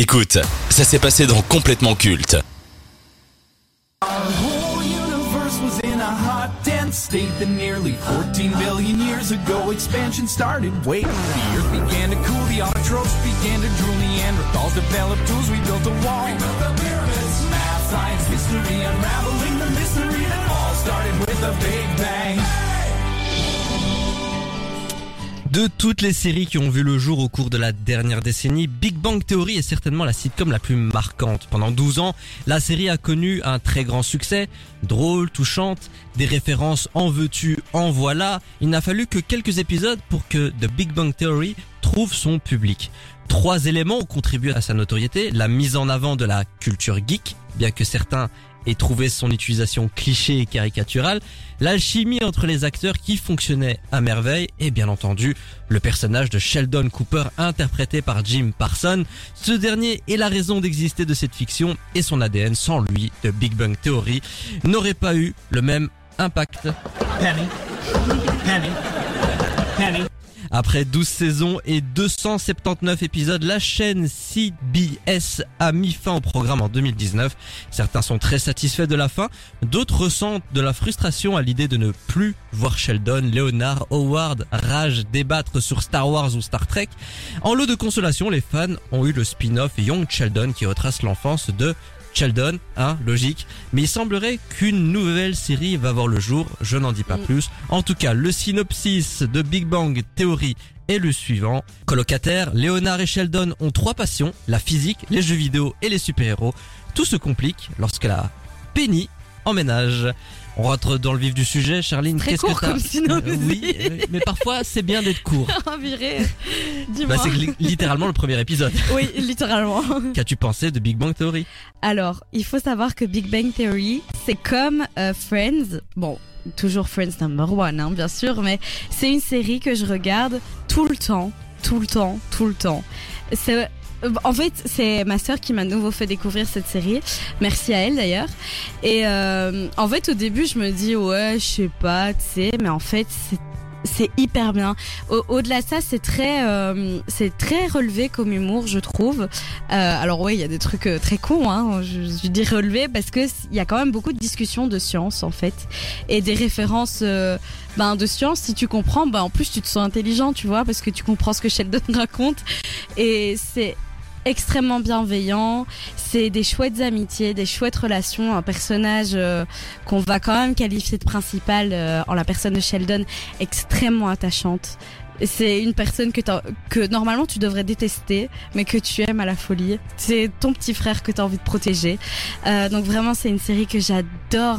Écoute, ça s'est passé dans Complètement Culte. Our whole universe was in a hot, dense state that nearly 14 billion years ago expansion started. Wait, the earth began to cool, the autotrophs began to drool, Neanderthals developed tools, we built a wall. We built the pyramids, math, science, history, unraveling the mystery that all started with a big bang. De toutes les séries qui ont vu le jour au cours de la dernière décennie, Big Bang Theory est certainement la sitcom la plus marquante. Pendant 12 ans, la série a connu un très grand succès, drôle, touchante, des références en veux-tu, en voilà. Il n'a fallu que quelques épisodes pour que The Big Bang Theory trouve son public. 3 éléments ont contribué à sa notoriété: la mise en avant de la culture geek, bien que certains aient trouvé son utilisation cliché et caricaturale, l'alchimie entre les acteurs qui fonctionnait à merveille, et bien entendu le personnage de Sheldon Cooper interprété par Jim Parsons. Ce dernier est la raison d'exister de cette fiction, et son ADN, sans lui, de Big Bang Theory n'aurait pas eu le même impact. Penny. Après 12 saisons et 279 épisodes, la chaîne CBS a mis fin au programme en 2019. Certains sont très satisfaits de la fin, d'autres ressentent de la frustration à l'idée de ne plus voir Sheldon, Leonard, Howard, Raj débattre sur Star Wars ou Star Trek. En lot de consolation, les fans ont eu le spin-off Young Sheldon qui retrace l'enfance de Sheldon, logique, mais il semblerait qu'une nouvelle série va voir le jour, je n'en dis pas plus. En tout cas, le synopsis de Big Bang Theory est le suivant. Colocataires, Leonard et Sheldon ont 3 passions: la physique, les jeux vidéo et les super-héros. Tout se complique lorsque la Penny emménage. On rentre dans le vif du sujet. Charline, très qu'est-ce court que t'as... comme synopsis. Oui, mais parfois c'est bien d'être court. Oh, viré. Dis-moi. C'est littéralement le premier épisode. Oui, littéralement. Qu'as-tu pensé de Big Bang Theory? Alors, il faut savoir que Big Bang Theory, c'est comme Friends. Bon, toujours Friends number one, bien sûr, mais c'est une série que je regarde tout le temps. En fait, c'est ma sœur qui m'a nouveau fait découvrir cette série. Merci à elle d'ailleurs. Et en fait, au début, je me dis ouais, je sais pas, tu sais, mais en fait, c'est hyper bien. Au-delà de ça, c'est très relevé comme humour, je trouve. Alors ouais, il y a des trucs très cons, je dis relevé parce que il y a quand même beaucoup de discussions de science en fait et des références de science. Si tu comprends, en plus tu te sens intelligent, tu vois, parce que tu comprends ce que Sheldon raconte et c'est extrêmement bienveillant, c'est des chouettes amitiés, des chouettes relations, un personnage qu'on va quand même qualifier de principal en la personne de Sheldon, extrêmement attachante. C'est une personne que normalement tu devrais détester, mais que tu aimes à la folie. C'est ton petit frère que tu as envie de protéger. Donc vraiment, c'est une série que j'adore,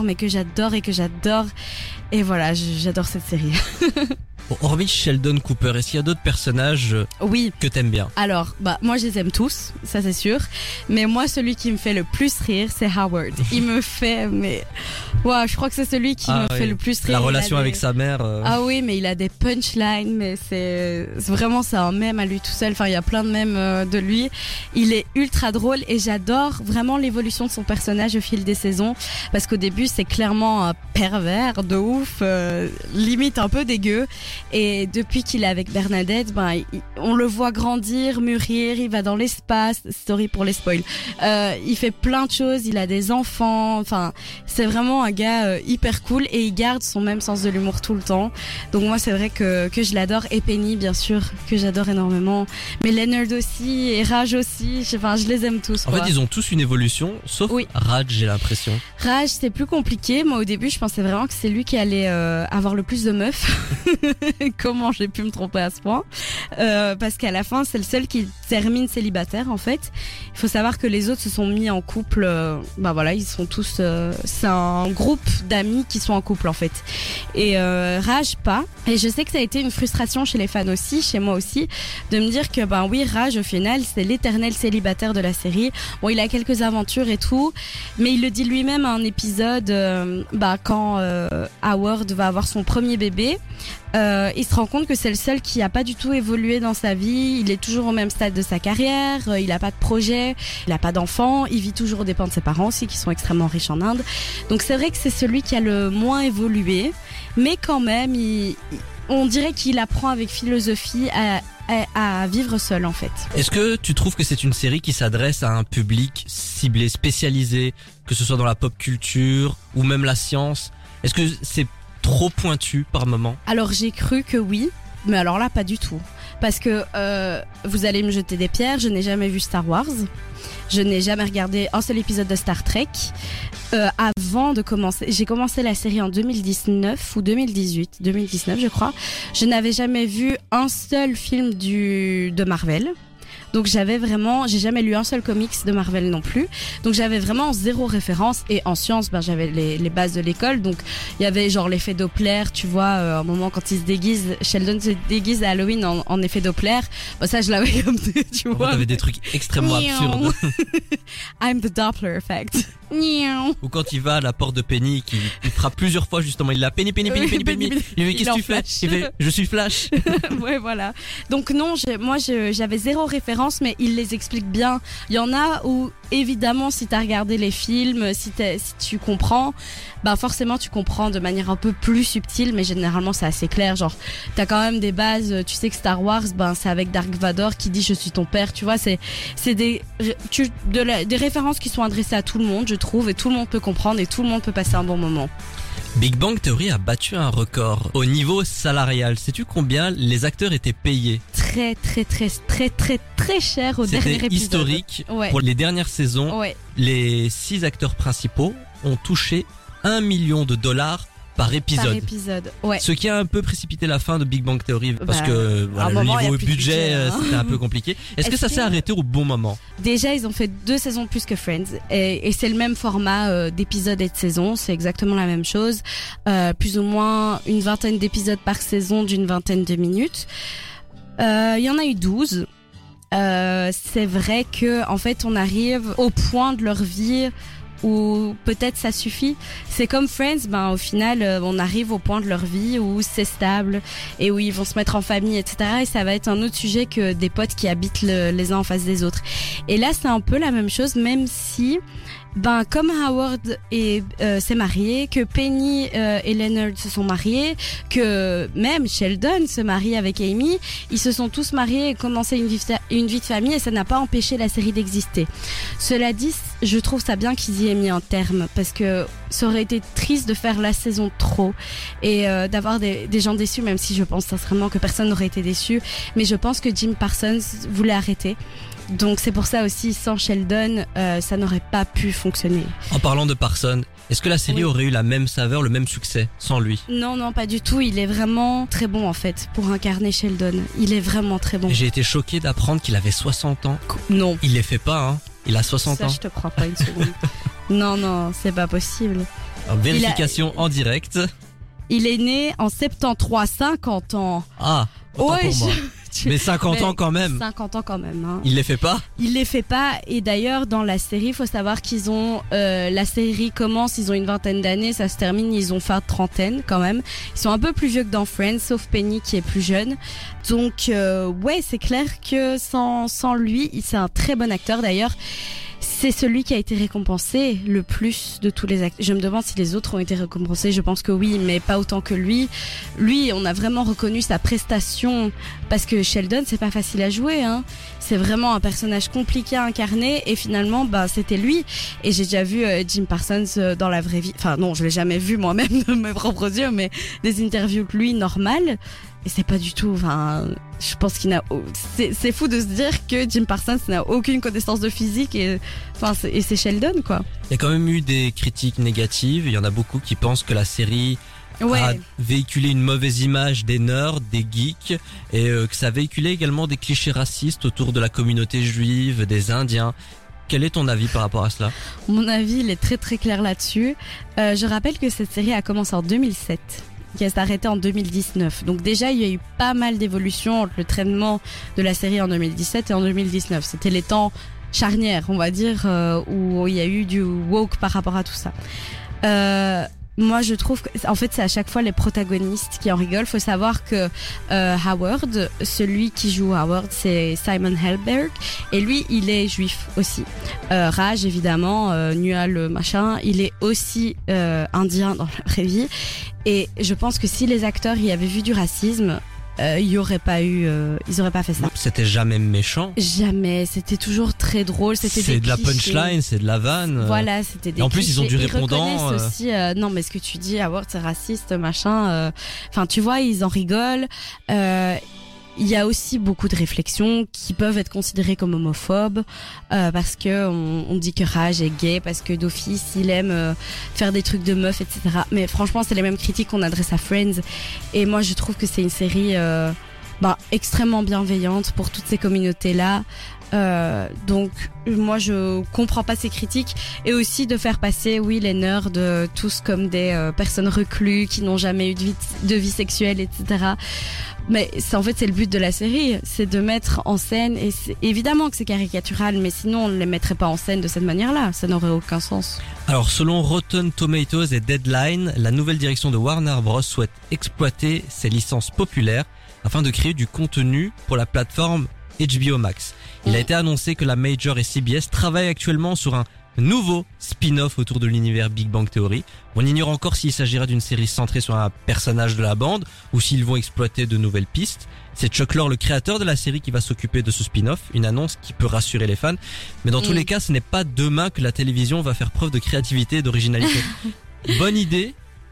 et voilà, j'adore cette série. Hormis Sheldon Cooper, est-ce qu'il y a d'autres personnages que t'aimes bien? Alors, moi je les aime tous, ça c'est sûr. Mais moi, celui qui me fait le plus rire, c'est Howard. Il me fait, je crois que c'est celui qui me fait le plus rire. La relation avec sa mère. Ah oui, mais il a des punchlines, mais c'est vraiment, c'est un mème à lui tout seul. Enfin, il y a plein de mèmes de lui. Il est ultra drôle et j'adore vraiment l'évolution de son personnage au fil des saisons. Parce qu'au début, c'est clairement un pervers de ouf, limite un peu dégueu. Et depuis qu'il est avec Bernadette, on le voit grandir, mûrir, il va dans l'espace, sorry pour les spoils, il fait plein de choses, il a des enfants, enfin c'est vraiment un gars hyper cool et il garde son même sens de l'humour tout le temps. Donc moi c'est vrai que je l'adore, et Penny bien sûr que j'adore énormément, mais Leonard aussi et Raj aussi, je les aime tous. En fait ils ont tous une évolution, sauf Raj, j'ai l'impression. Raj c'est plus compliqué, moi au début je pensais vraiment que c'est lui qui allait avoir le plus de meufs. Comment j'ai pu me tromper à ce point, parce qu'à la fin c'est le seul qui termine célibataire en fait. Il faut savoir que les autres se sont mis en couple, ils sont tous c'est un groupe d'amis qui sont en couple en fait, et Raj pas. Et je sais que ça a été une frustration chez les fans aussi, chez moi aussi, de me dire que Raj au final c'est l'éternel célibataire de la série. Bon, il a quelques aventures et tout, mais il le dit lui-même à un épisode quand Howard va avoir son premier bébé. Il se rend compte que c'est le seul qui a pas du tout évolué dans sa vie. Il est toujours au même stade de sa carrière, il a pas de projet, il a pas d'enfant, il vit toujours aux dépens de ses parents aussi qui sont extrêmement riches en Inde. Donc c'est vrai que c'est celui qui a le moins évolué, mais quand même on dirait qu'il apprend avec philosophie à à vivre seul en fait. Est-ce que tu trouves que c'est une série qui s'adresse à un public ciblé, spécialisé, que ce soit dans la pop culture ou même la science? Est-ce que c'est trop pointu par moment? Alors j'ai cru que oui, mais alors là pas du tout. Parce que vous allez me jeter des pierres, je n'ai jamais vu Star Wars, je n'ai jamais regardé un seul épisode de Star Trek. Avant de commencer, j'ai commencé la série en 2019 ou 2019 je crois. Je n'avais jamais vu un seul film de Marvel. Donc j'ai jamais lu un seul comics de Marvel non plus. Donc j'avais vraiment zéro référence. Et en sciences, j'avais les bases de l'école. Donc il y avait genre l'effet Doppler, tu vois, un moment quand il se déguise, Sheldon se déguise à Halloween en effet Doppler. Ça je l'avais comme tu vois. T'avais des trucs extrêmement absurdes. I'm the Doppler effect. Ou quand il va à la porte de Penny, il frappe plusieurs fois justement, il l'a Penny. Il lui dit mais qu'est-ce que tu fais? Il fait je suis Flash. Ouais voilà. Donc non, j'avais zéro référence, mais il les explique bien. Il y en a où évidemment si t'as regardé les films, si tu comprends, forcément tu comprends de manière un peu plus subtile, mais généralement c'est assez clair. Genre t'as quand même des bases. Tu sais que Star Wars, c'est avec Dark Vador qui dit je suis ton père. Tu vois, c'est des références qui sont adressées à tout le monde, je trouve, et tout le monde peut comprendre et tout le monde peut passer un bon moment. Big Bang Theory a battu un record au niveau salarial. Sais-tu combien les acteurs étaient payés? Très cher au dernier épisode. C'était historique. Ouais. Pour les dernières saisons. Ouais. Les 6 acteurs principaux ont touché $1 million par épisode. Ouais. Ce qui a un peu précipité la fin de Big Bang Theory parce que le niveau budget c'était un peu compliqué. Est-ce que ça s'est arrêté au bon moment? Déjà, ils ont fait 2 saisons plus que Friends et c'est le même format d'épisodes et de saisons, c'est exactement la même chose. Plus ou moins une vingtaine d'épisodes par saison d'une vingtaine de minutes. Il y en a eu 12. C'est vrai que en fait, on arrive au point de leur vie où peut-être ça suffit. C'est comme Friends, au final on arrive au point de leur vie où c'est stable et où ils vont se mettre en famille, etc. Et ça va être un autre sujet que des potes qui habitent les uns en face des autres. Et là c'est un peu la même chose, même si comme Howard s'est marié, que Penny et Leonard se sont mariés, que même Sheldon se marie avec Amy, ils se sont tous mariés et commencé une vie de famille, et ça n'a pas empêché la série d'exister. Cela dit, je trouve ça bien qu'ils y aient mis un terme, parce que ça aurait été triste de faire la saison trop et d'avoir des gens déçus, même si je pense sincèrement que personne n'aurait été déçu, mais je pense que Jim Parsons voulait arrêter. Donc c'est pour ça aussi, sans Sheldon, ça n'aurait pas pu fonctionner. En parlant de Parsons, est-ce que la série aurait eu la même saveur, le même succès sans lui? Non, pas du tout. Il est vraiment très bon en fait pour incarner Sheldon. Il est vraiment très bon. J'ai été choqué d'apprendre qu'il avait 60 ans. Non. Il les fait pas, hein. Il a 60 ans. Ça, je te crois pas une seconde. Non, c'est pas possible. Alors, vérification en direct. Il est né en 73, 50 ans. Ah, autant ouais, pour moi. Mais 50 ans quand même. 50 ans quand même. Hein. Il les fait pas? Il les fait pas. Et d'ailleurs, dans la série, il faut savoir qu'ils ont... la série commence, ils ont une vingtaine d'années, ça se termine, ils ont fin de trentaine quand même. Ils sont un peu plus vieux que dans Friends, sauf Penny qui est plus jeune. Donc, ouais, c'est clair que sans lui, c'est un très bon acteur d'ailleurs. C'est celui qui a été récompensé le plus de tous les acteurs. Je me demande si les autres ont été récompensés. Je pense que oui, mais pas autant que lui. Lui, on a vraiment reconnu sa prestation parce que Sheldon, c'est pas facile à jouer, hein. C'est vraiment un personnage compliqué à incarner et finalement, c'était lui. Et j'ai déjà vu Jim Parsons dans la vraie vie. Enfin non, je l'ai jamais vu moi-même de mes propres yeux, mais des interviews de lui normales. Et c'est pas du tout, je pense qu'il c'est fou de se dire que Jim Parsons n'a aucune connaissance de physique et c'est Sheldon, quoi. Il y a quand même eu des critiques négatives. Il y en a beaucoup qui pensent que la série a véhiculé une mauvaise image des nerds, des geeks, et que ça a véhiculé également des clichés racistes autour de la communauté juive, des Indiens. Quel est ton avis par rapport à cela? Mon avis, il est très très clair là-dessus. Je rappelle que cette série a commencé en 2007. Qui a s'arrêté en 2019. Donc déjà, il y a eu pas mal d'évolutions entre le traitement de la série en 2017 et en 2019. C'était les temps charnières, on va dire, où il y a eu du woke par rapport à tout ça. Moi, je trouve que, en fait, c'est à chaque fois les protagonistes qui en rigolent. Faut savoir que Howard, celui qui joue Howard, c'est Simon Helberg, et lui, il est juif aussi. Raj, évidemment, Newell, machin, il est aussi indien dans la vraie vie. Et je pense que si les acteurs y avaient vu du racisme, ils auraient pas fait ça. C'était jamais méchant. Jamais, c'était toujours très drôle, c'était C'est des de la clichés. punchline, c'est de la vanne. Voilà, c'était des Et en plus, ils ont clichés. du répondant, Ils reconnaissent aussi, non, mais ce que tu dis, Howard, c'est raciste, machin. Enfin, tu vois, ils en rigolent. Il y a aussi beaucoup de réflexions qui peuvent être considérées comme homophobes parce que on dit que Raj est gay, parce que d'office il aime faire des trucs de meuf, etc. Mais franchement, c'est les mêmes critiques qu'on adresse à Friends. Et moi, je trouve que c'est une série extrêmement bienveillante pour toutes ces communautés-là. Donc moi je comprends pas ces critiques, et aussi de faire passer les nerds tous comme des personnes reclus qui n'ont jamais eu de vie sexuelle, etc. Mais en fait c'est le but de la série, c'est de mettre en scène, et évidemment que c'est caricatural, mais sinon on ne les mettrait pas en scène de cette manière-là, ça n'aurait aucun sens. Alors selon Rotten Tomatoes et Deadline, la nouvelle direction de Warner Bros souhaite exploiter ses licences populaires afin de créer du contenu pour la plateforme HBO Max. Il a été annoncé que la Major et CBS travaillent actuellement sur un nouveau spin-off autour de l'univers Big Bang Theory. On ignore encore s'il s'agira d'une série centrée sur un personnage de la bande ou s'ils vont exploiter de nouvelles pistes. C'est Chuck Lorre, le créateur de la série, qui va s'occuper de ce spin-off, une annonce qui peut rassurer les fans. Mais dans tous les cas, ce n'est pas demain que la télévision va faire preuve de créativité et d'originalité. Bonne idée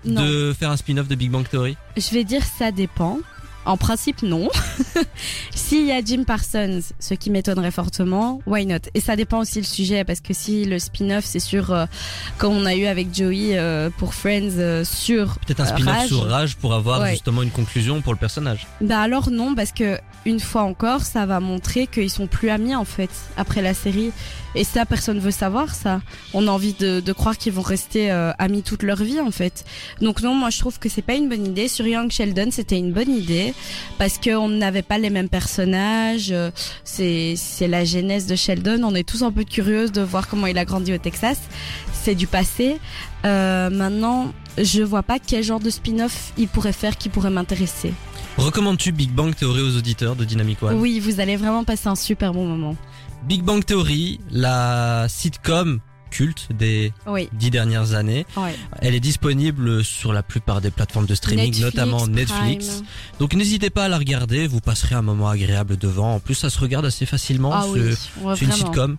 de faire un spin-off de Big Bang Theory? Je vais dire ça dépend. En principe, non. S'il y a Jim Parsons, ce qui m'étonnerait fortement, why not? Et ça dépend aussi le sujet, parce que si le spin-off c'est sur, comme on a eu avec Joey pour Friends, sur peut-être un spin-off Raj, sur Raj pour avoir justement une conclusion pour le personnage. Bah alors non, parce que une fois encore, ça va montrer qu'ils sont plus amis en fait après la série. Et ça, personne veut savoir ça. On a envie de croire qu'ils vont rester amis toute leur vie en fait. Donc non, moi je trouve que c'est pas une bonne idée. Sur Young Sheldon, c'était une bonne idée parce qu'on n'avait pas les mêmes personnages. C'est la genèse de Sheldon. On est tous un peu curieux de voir comment il a grandi au Texas. C'est du passé. Maintenant, je vois pas quel genre de spin-off il pourrait faire qui pourrait m'intéresser. Recommandes-tu Big Bang Theory aux auditeurs de Dynamic One? Oui, vous allez vraiment passer un super bon moment. Big Bang Theory, la sitcom culte des 10 dernières années. Ouais. Elle est disponible sur la plupart des plateformes de streaming, Netflix, notamment Netflix. Prime. Donc n'hésitez pas à la regarder, vous passerez un moment agréable devant. En plus, ça se regarde assez facilement. Ah oui, C'est une sitcom.